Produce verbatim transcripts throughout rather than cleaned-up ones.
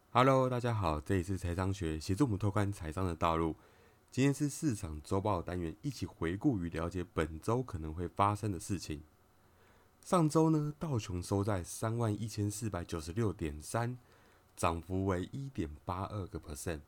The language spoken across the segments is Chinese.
Hello，大家好，这里是财商学，协助我们拓宽财商的道路。今天是市场周报单元，一起回顾与了解本周可能会发生的事情。上周呢，道琼收在三万一千四百九十六点三，涨幅为一点八二个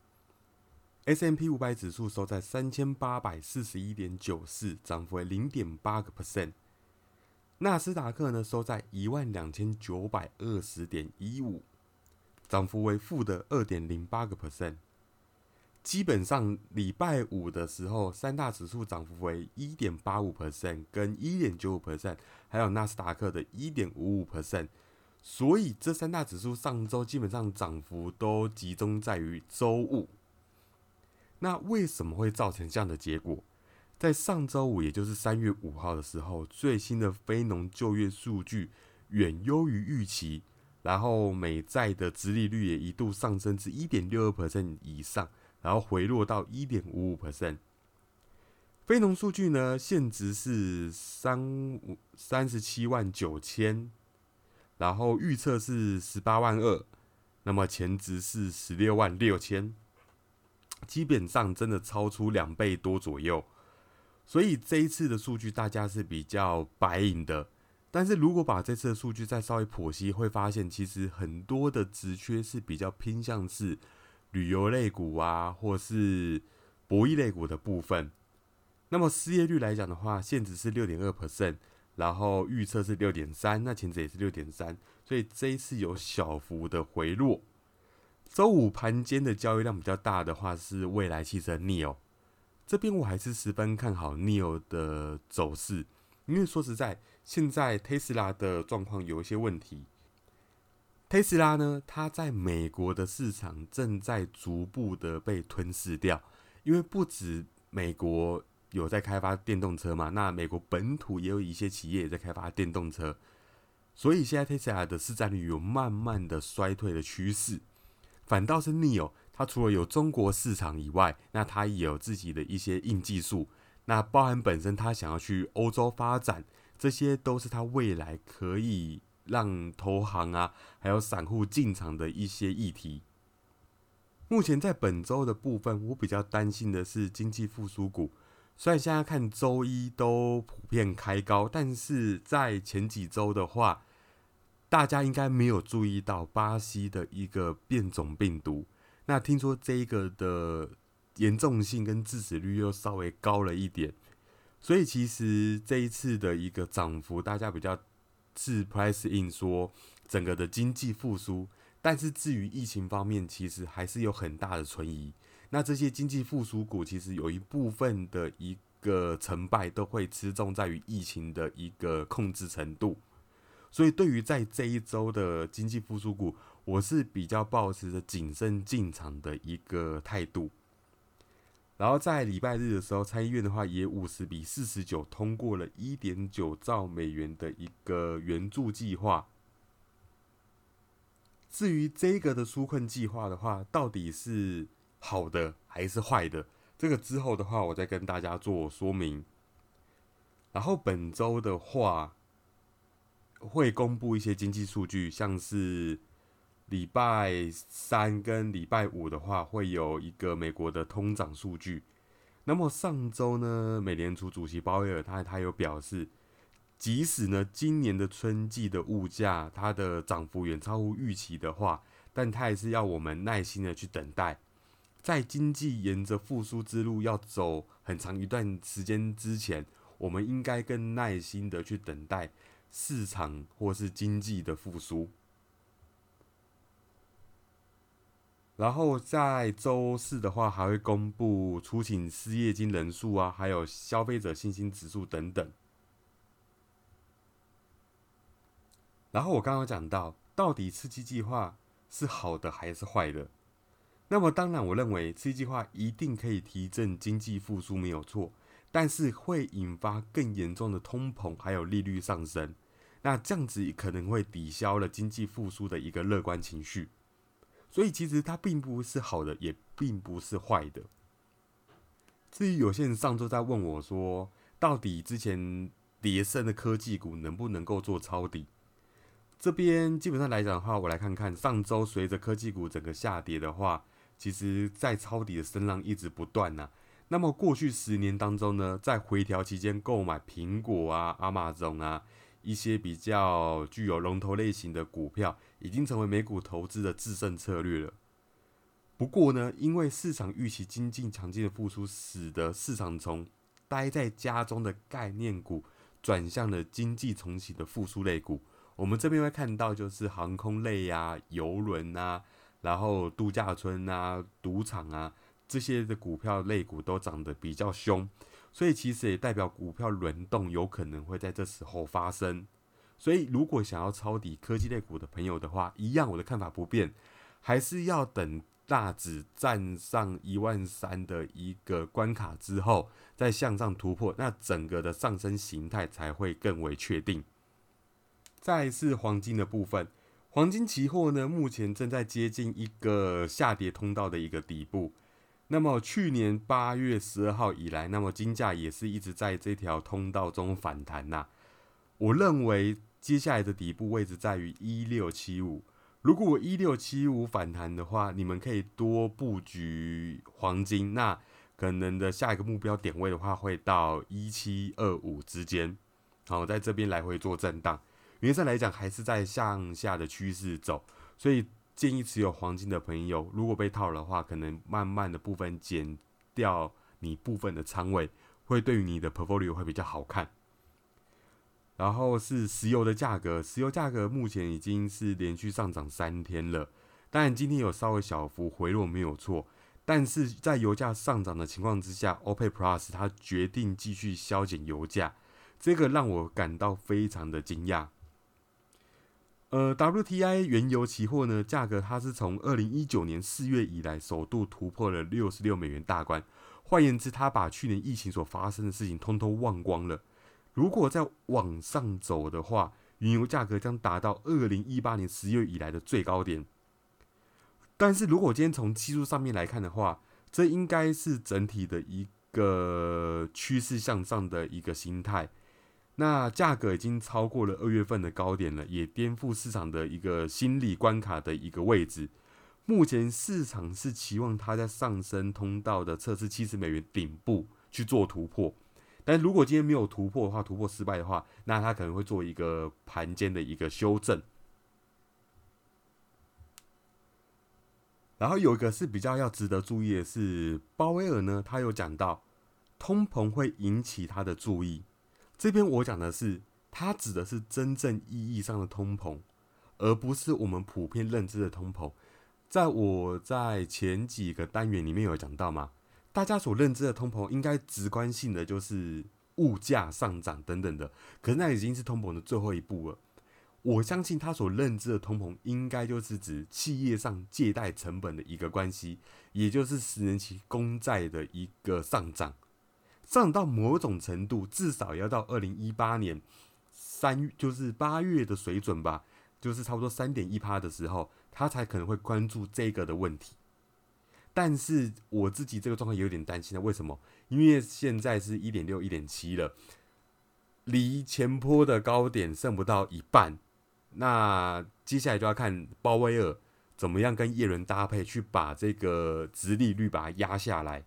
percent。S and P 五百指数收在三千八百四十一点九四，涨幅为零点八个 percent。纳斯达克呢收在一万两千九百二十点一五。涨幅为负的二点零八个 percent。基本上礼拜五的时候，三大指数涨幅为一点八五 percent 跟一点九五 percent，还有纳斯达克的一点五五 percent。所以这三大指数上周基本上涨幅都集中在于周五。那为什么会造成这样的结果？在上周五，也就是三月五号的时候，最新的非农就业数据远优于预期。然后美债的殖利率也一度上升至 一点六二 percent 以上，然后回落到 一点五五 percent。非农数据呢，现值是三十七万九千，然后预测是十八万二，那么前值是十六万六千，基本上真的超出两倍多左右。所以这一次的数据大家是比较白银的。但是如果把这次的数据再稍微剖析，会发现其实很多的职缺是比较偏向是旅游类股啊，或是博弈类股的部分。那么失业率来讲的话，现值是 百分之六点二， 然后预测是 六点三， 那前值也是 六点三， 所以这一次有小幅的回落。周五盘间的交易量比较大的话是蔚来汽车 N I O， 这边我还是十分看好 N I O 的走势。因为说实在，现在 Tesla 的状况有一些问题。Tesla 呢，它在美国的市场正在逐步的被吞噬掉，因为不止美国有在开发电动车嘛，那美国本土也有一些企业也在开发电动车，所以现在 Tesla 的市占率有慢慢的衰退的趋势。反倒是 N I O， 它除了有中国市场以外，那它也有自己的一些硬技术。那包含本身他想要去欧洲发展，这些都是他未来可以让投行啊，还有散户进场的一些议题。目前在本周的部分，我比较担心的是经济复苏股。虽然现在看周一都普遍开高，但是在前几周的话，大家应该没有注意到巴西的一个变种病毒。那听说这一个的严重性跟致死率又稍微高了一点，所以其实这一次的一个涨幅，大家比较是 price in 说整个的经济复苏，但是至于疫情方面，其实还是有很大的存疑。那这些经济复苏股，其实有一部分的一个成败都会吃重在于疫情的一个控制程度。所以对于在这一周的经济复苏股，我是比较抱持着谨慎进场的一个态度。然后在礼拜日的时候，参议院的话也五十比四十九通过了 一点九兆美元的一个援助计划。至于这个的纾困计划的话，到底是好的还是坏的？这个之后的话，我再跟大家做说明。然后本周的话，会公布一些经济数据，像是礼拜三跟礼拜五的话，会有一个美国的通胀数据。那么上周呢，美联储主席鲍威尔他他有表示，即使呢今年的春季的物价它的涨幅远超乎预期的话，但他也是要我们耐心的去等待。在经济沿着复苏之路要走很长一段时间之前，我们应该更耐心的去等待市场或是经济的复苏。然后在周四的话，还会公布初请失业金人数啊，还有消费者信心指数等等。然后我刚刚讲到，到底刺激计划是好的还是坏的？那么当然，我认为刺激计划一定可以提振经济复苏，没有错，但是会引发更严重的通膨，还有利率上升。那这样子可能会抵消了经济复苏的一个乐观情绪。所以其实它并不是好的，也并不是坏的。至于有些人上周在问我说，到底之前跌升的科技股能不能够做抄底？ 这边基本上来讲的话，我来看看上周随着科技股整个下跌的话，其实在抄底的声浪一直不断呐、啊。那么过去十年当中呢，在回调期间购买苹果啊、Amazon 啊一些比较具有龙头类型的股票，已经成为美股投资的制胜策略了。不过呢，因为市场预期经济强劲的复苏，使得市场从待在家中的概念股转向了经济重启的复苏类股。我们这边会看到，就是航空类啊、邮轮啊，然后度假村啊、赌场啊这些的股票类股都涨得比较凶，所以其实也代表股票轮动有可能会在这时候发生。所以如果想要抄底科技类股的朋友的话，一样我的看法不变，还是要等大指站上一万三的一个关卡之后，再向上突破，那整个的上升形态才会更为确定。再来是黄金的部分，黄金期货呢，目前正在接近一个下跌通道的一个底部。那么去年八月十二号以来，那么金价也是一直在这条通道中反弹呐、啊。我认为接下来的底部位置在于一六七五。如果一六七五反弹的话，你们可以多布局黄金，那可能的下一个目标点位的话，会到一七二五之间。好，在这边来回做震荡。原则上来讲，还是在向下的趋势走，所以建议持有黄金的朋友，如果被套的话，可能慢慢的部分减掉你部分的仓位，会对于你的 portfolio 会比较好看。然后是石油的价格，石油价格目前已经是连续上涨三天了，当然今天有稍微小幅回落没有错，但是在油价上涨的情况之下 ，OPEC Plus 它决定继续削减油价，这个让我感到非常的惊讶。呃 ，W T I 原油期货呢，价格它是从二零一九年四月以来首度突破了六十六美元大关，换言之，它把去年疫情所发生的事情通通忘光了。如果再往上走的话，原油价格将达到二零一八年十月以来的最高点。但是如果今天从技术上面来看的话，这应该是整体的一个趋势向上的一个形态。那价格已经超过了二月份的高点了，也颠覆市场的一个心理关卡的一个位置。目前市场是期望它在上升通道的测试七十美元顶部去做突破。但如果今天没有突破的话，突破失败的话，那它可能会做一个盘间的一个修正。然后有一个是比较要值得注意的是，鲍威尔呢，他有讲到通膨会引起他的注意。这边我讲的是，他指的是真正意义上的通膨，而不是我们普遍认知的通膨。在我在前几个单元里面有讲到嘛。大家所认知的通膨，应该直观性的就是物价上涨等等的，可是那已经是通膨的最后一步了。我相信他所认知的通膨，应该就是指企业上借贷成本的一个关系，也就是十年期公债的一个上涨，上涨到某种程度，至少要到二零一八年三，就是八月的水准吧，就是差不多三点一趴的时候，他才可能会关注这个的问题。但是我自己这个状况有点担心了，为什么？因为现在是 一点六、一点七 了，离前波的高点剩不到一半。那接下来就要看鲍威尔怎么样跟耶伦搭配，去把这个殖利率把它压下来。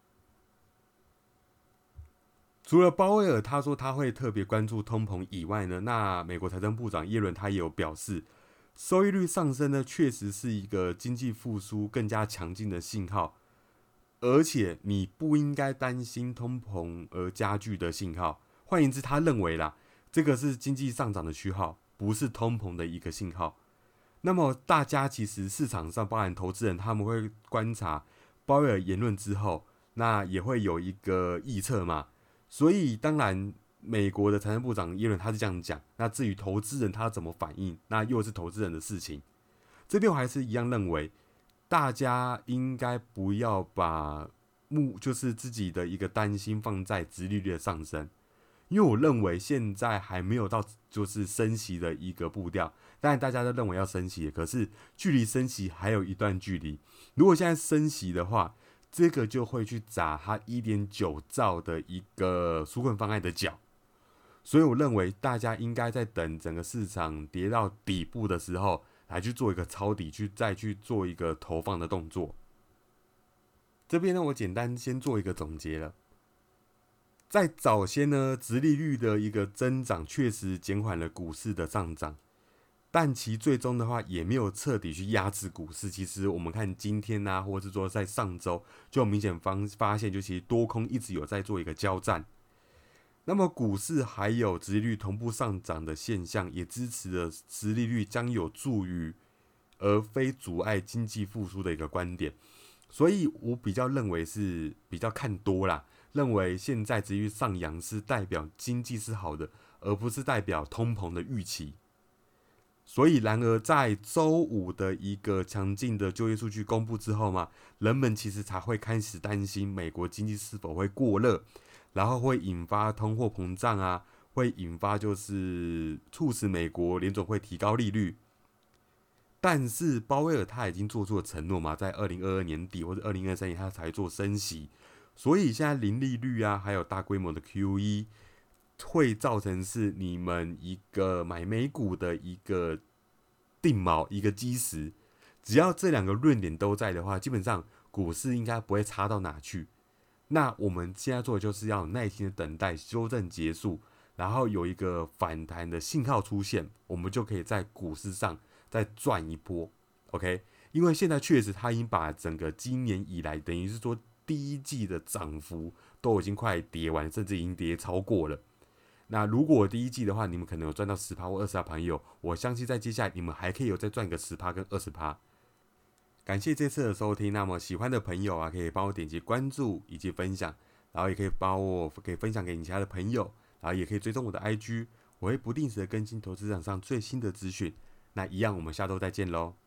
除了鲍威尔他说他会特别关注通膨以外呢，那美国财政部长耶伦他也有表示，收益率上升呢，确实是一个经济复苏更加强劲的信号，而且你不应该担心通膨而加剧的信号。换言之，他认为啦，这个是经济上涨的讯号，不是通膨的一个信号。那么大家其实市场上，包含投资人，他们会观察鲍威尔言论之后，那也会有一个预测嘛。所以当然，美国的财政部长耶伦他是这样讲，那至于投资人他怎么反应，那又是投资人的事情。这边我还是一样认为，大家应该不要把目就是自己的一个担心放在殖利率的上升，因为我认为现在还没有到就是升息的一个步调。当然大家都认为要升息，可是距离升息还有一段距离。如果现在升息的话，这个就会去砸他 一点九兆的一个纾困方案的脚。 所以我认为大家应该在等整个市场跌到底部的时候，来去做一个抄底，去再去做一个投放的动作。这边呢，我简单先做一个总结了。在早先呢，殖利率的一个增长确实减缓了股市的上涨，但其最终的话也没有彻底去压制股市。其实我们看今天啊，或者是说在上周，就明显发现，就其实多空一直有在做一个交战。那么股市还有殖利率同步上涨的现象，也支持了殖利率将有助于而非阻碍经济复苏的一个观点。所以我比较认为是比较看多啦，认为现在殖利率上扬是代表经济是好的，而不是代表通膨的预期。所以，然而在周五的一个强劲的就业数据公布之后嘛，人们其实才会开始担心美国经济是否会过热，然后会引发通货膨胀啊，会引发就是促使美国联总会提高利率。但是鲍威尔他已经做出了承诺嘛，在二零二二年底或者二零二三年他才做升息，所以现在零利率啊，还有大规模的 Q E， 会造成是你们一个买美股的一个定锚，一个基石。只要这两个论点都在的话，基本上股市应该不会差到哪去。那我们现在做的就是要有耐心的等待修正结束，然后有一个反弹的信号出现，我们就可以在股市上再赚一波 ，OK？ 因为现在确实它已经把整个今年以来，等于是说第一季的涨幅都已经快跌完，甚至已经跌超过了。那如果第一季的话，你们可能有赚到 百分之十 或 百分之二十 的朋友，我相信在接下来你们还可以有再赚个 百分之十 跟 百分之二十。感谢这次的收听，那么喜欢的朋友啊，可以帮我点击关注以及分享，然后也可以帮我可以分享给你其他的朋友，然后也可以追踪我的 I G， 我会不定时的更新投资市场上最新的资讯。那一样，我们下周再见喽。